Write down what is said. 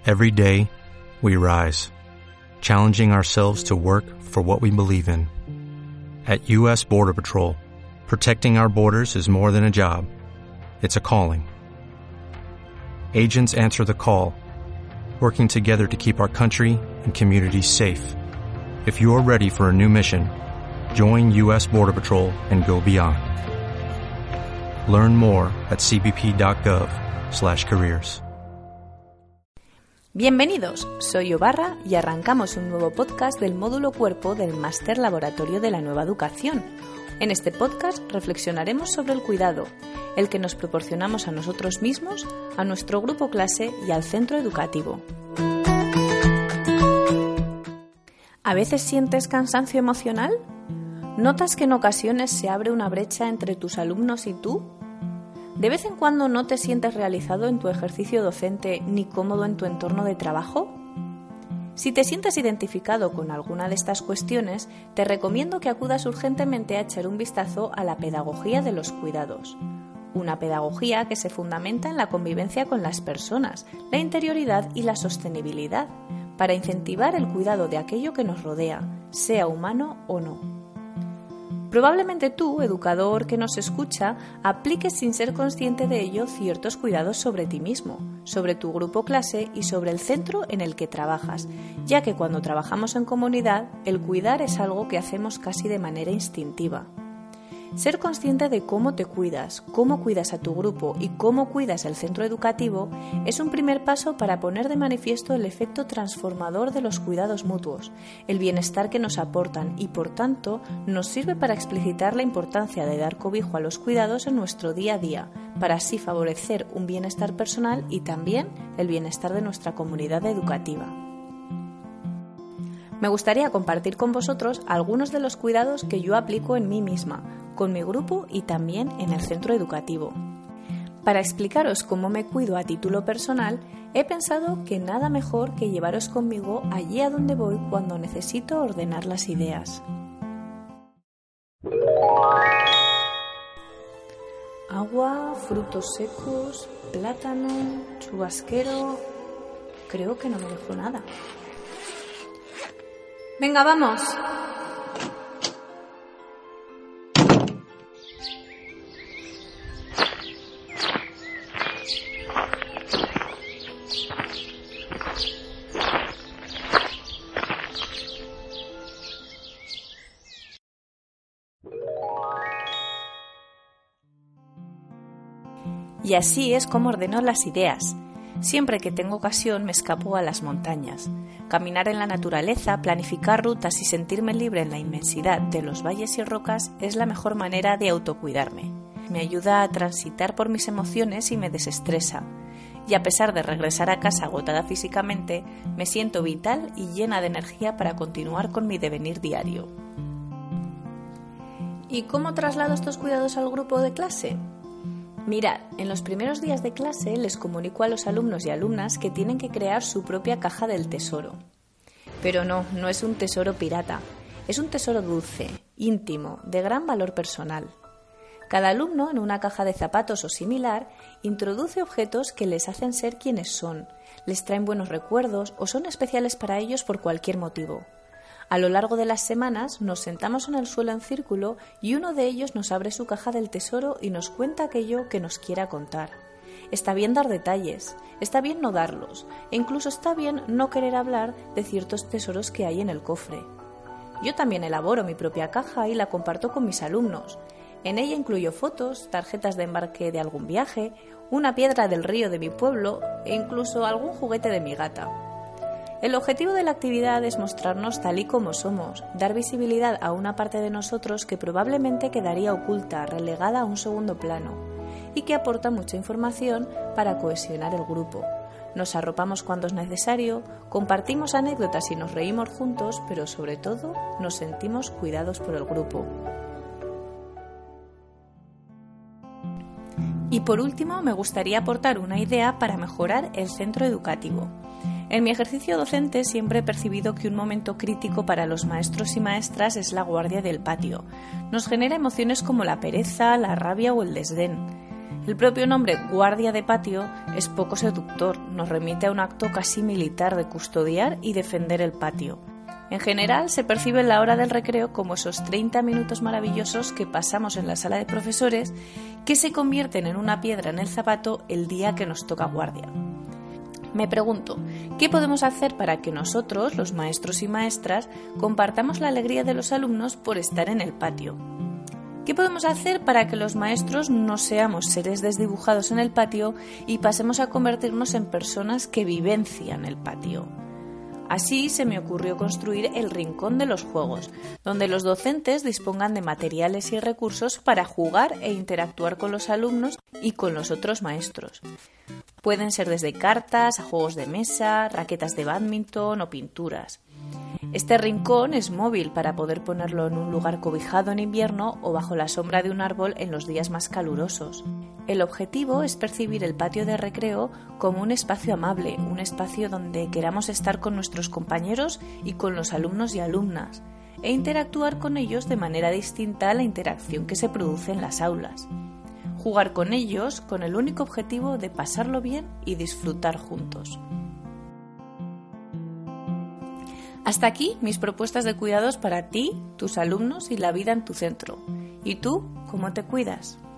Every day, we rise, challenging ourselves to work for what we believe in. At U.S. Border Patrol, protecting our borders is more than a job. It's a calling. Agents answer the call, working together to keep our country and communities safe. If you are ready for a new mission, join U.S. Border Patrol and go beyond. Learn more at cbp.gov/careers. Bienvenidos, soy Obarra y arrancamos un nuevo podcast del módulo cuerpo del Máster Laboratorio de la Nueva Educación. En este podcast reflexionaremos sobre el cuidado, el que nos proporcionamos a nosotros mismos, a nuestro grupo clase y al centro educativo. ¿A veces sientes cansancio emocional? ¿Notas que en ocasiones se abre una brecha entre tus alumnos y tú? ¿De vez en cuando no te sientes realizado en tu ejercicio docente ni cómodo en tu entorno de trabajo? Si te sientes identificado con alguna de estas cuestiones, te recomiendo que acudas urgentemente a echar un vistazo a la pedagogía de los cuidados. Una pedagogía que se fundamenta en la convivencia con las personas, la interioridad y la sostenibilidad, para incentivar el cuidado de aquello que nos rodea, sea humano o no. Probablemente tú, educador que nos escucha, apliques sin ser consciente de ello ciertos cuidados sobre ti mismo, sobre tu grupo clase y sobre el centro en el que trabajas, ya que cuando trabajamos en comunidad, el cuidar es algo que hacemos casi de manera instintiva. Ser consciente de cómo te cuidas, cómo cuidas a tu grupo y cómo cuidas el centro educativo es un primer paso para poner de manifiesto el efecto transformador de los cuidados mutuos, el bienestar que nos aportan y, por tanto, nos sirve para explicitar la importancia de dar cobijo a los cuidados en nuestro día a día, para así favorecer un bienestar personal y también el bienestar de nuestra comunidad educativa. Me gustaría compartir con vosotros algunos de los cuidados que yo aplico en mí misma, con mi grupo y también en el centro educativo. Para explicaros cómo me cuido a título personal, he pensado que nada mejor que llevaros conmigo allí a donde voy cuando necesito ordenar las ideas. Agua, frutos secos, plátano, chubasquero... Creo que no me dejo nada. ¡Venga, vamos! Y así es como ordeno las ideas. Siempre que tengo ocasión me escapo a las montañas. Caminar en la naturaleza, planificar rutas y sentirme libre en la inmensidad de los valles y rocas es la mejor manera de autocuidarme. Me ayuda a transitar por mis emociones y me desestresa. Y a pesar de regresar a casa agotada físicamente, me siento vital y llena de energía para continuar con mi devenir diario. ¿Y cómo traslado estos cuidados al grupo de clase? Mirad, en los primeros días de clase les comunico a los alumnos y alumnas que tienen que crear su propia caja del tesoro. Pero no es un tesoro pirata, es un tesoro dulce, íntimo, de gran valor personal. Cada alumno, en una caja de zapatos o similar, introduce objetos que les hacen ser quienes son, les traen buenos recuerdos o son especiales para ellos por cualquier motivo. A lo largo de las semanas nos sentamos en el suelo en círculo y uno de ellos nos abre su caja del tesoro y nos cuenta aquello que nos quiera contar. Está bien dar detalles, está bien no darlos e incluso está bien no querer hablar de ciertos tesoros que hay en el cofre. Yo también elaboro mi propia caja y la comparto con mis alumnos. En ella incluyo fotos, tarjetas de embarque de algún viaje, una piedra del río de mi pueblo e incluso algún juguete de mi gata. El objetivo de la actividad es mostrarnos tal y como somos, dar visibilidad a una parte de nosotros que probablemente quedaría oculta, relegada a un segundo plano, y que aporta mucha información para cohesionar el grupo. Nos arropamos cuando es necesario, compartimos anécdotas y nos reímos juntos, pero sobre todo nos sentimos cuidados por el grupo. Y por último, me gustaría aportar una idea para mejorar el centro educativo. En mi ejercicio docente siempre he percibido que un momento crítico para los maestros y maestras es la guardia del patio. Nos genera emociones como la pereza, la rabia o el desdén. El propio nombre guardia de patio es poco seductor, nos remite a un acto casi militar de custodiar y defender el patio. En general se percibe la hora del recreo como esos 30 minutos maravillosos que pasamos en la sala de profesores que se convierten en una piedra en el zapato el día que nos toca guardia. Me pregunto, ¿qué podemos hacer para que nosotros, los maestros y maestras, compartamos la alegría de los alumnos por estar en el patio? ¿Qué podemos hacer para que los maestros no seamos seres desdibujados en el patio y pasemos a convertirnos en personas que vivencian el patio? Así se me ocurrió construir el Rincón de los Juegos, donde los docentes dispongan de materiales y recursos para jugar e interactuar con los alumnos y con los otros maestros. Pueden ser desde cartas a juegos de mesa, raquetas de bádminton o pinturas. Este rincón es móvil para poder ponerlo en un lugar cobijado en invierno o bajo la sombra de un árbol en los días más calurosos. El objetivo es percibir el patio de recreo como un espacio amable, un espacio donde queramos estar con nuestros compañeros y con los alumnos y alumnas, e interactuar con ellos de manera distinta a la interacción que se produce en las aulas. Jugar con ellos con el único objetivo de pasarlo bien y disfrutar juntos. Hasta aquí mis propuestas de cuidados para ti, tus alumnos y la vida en tu centro. ¿Y tú, cómo te cuidas?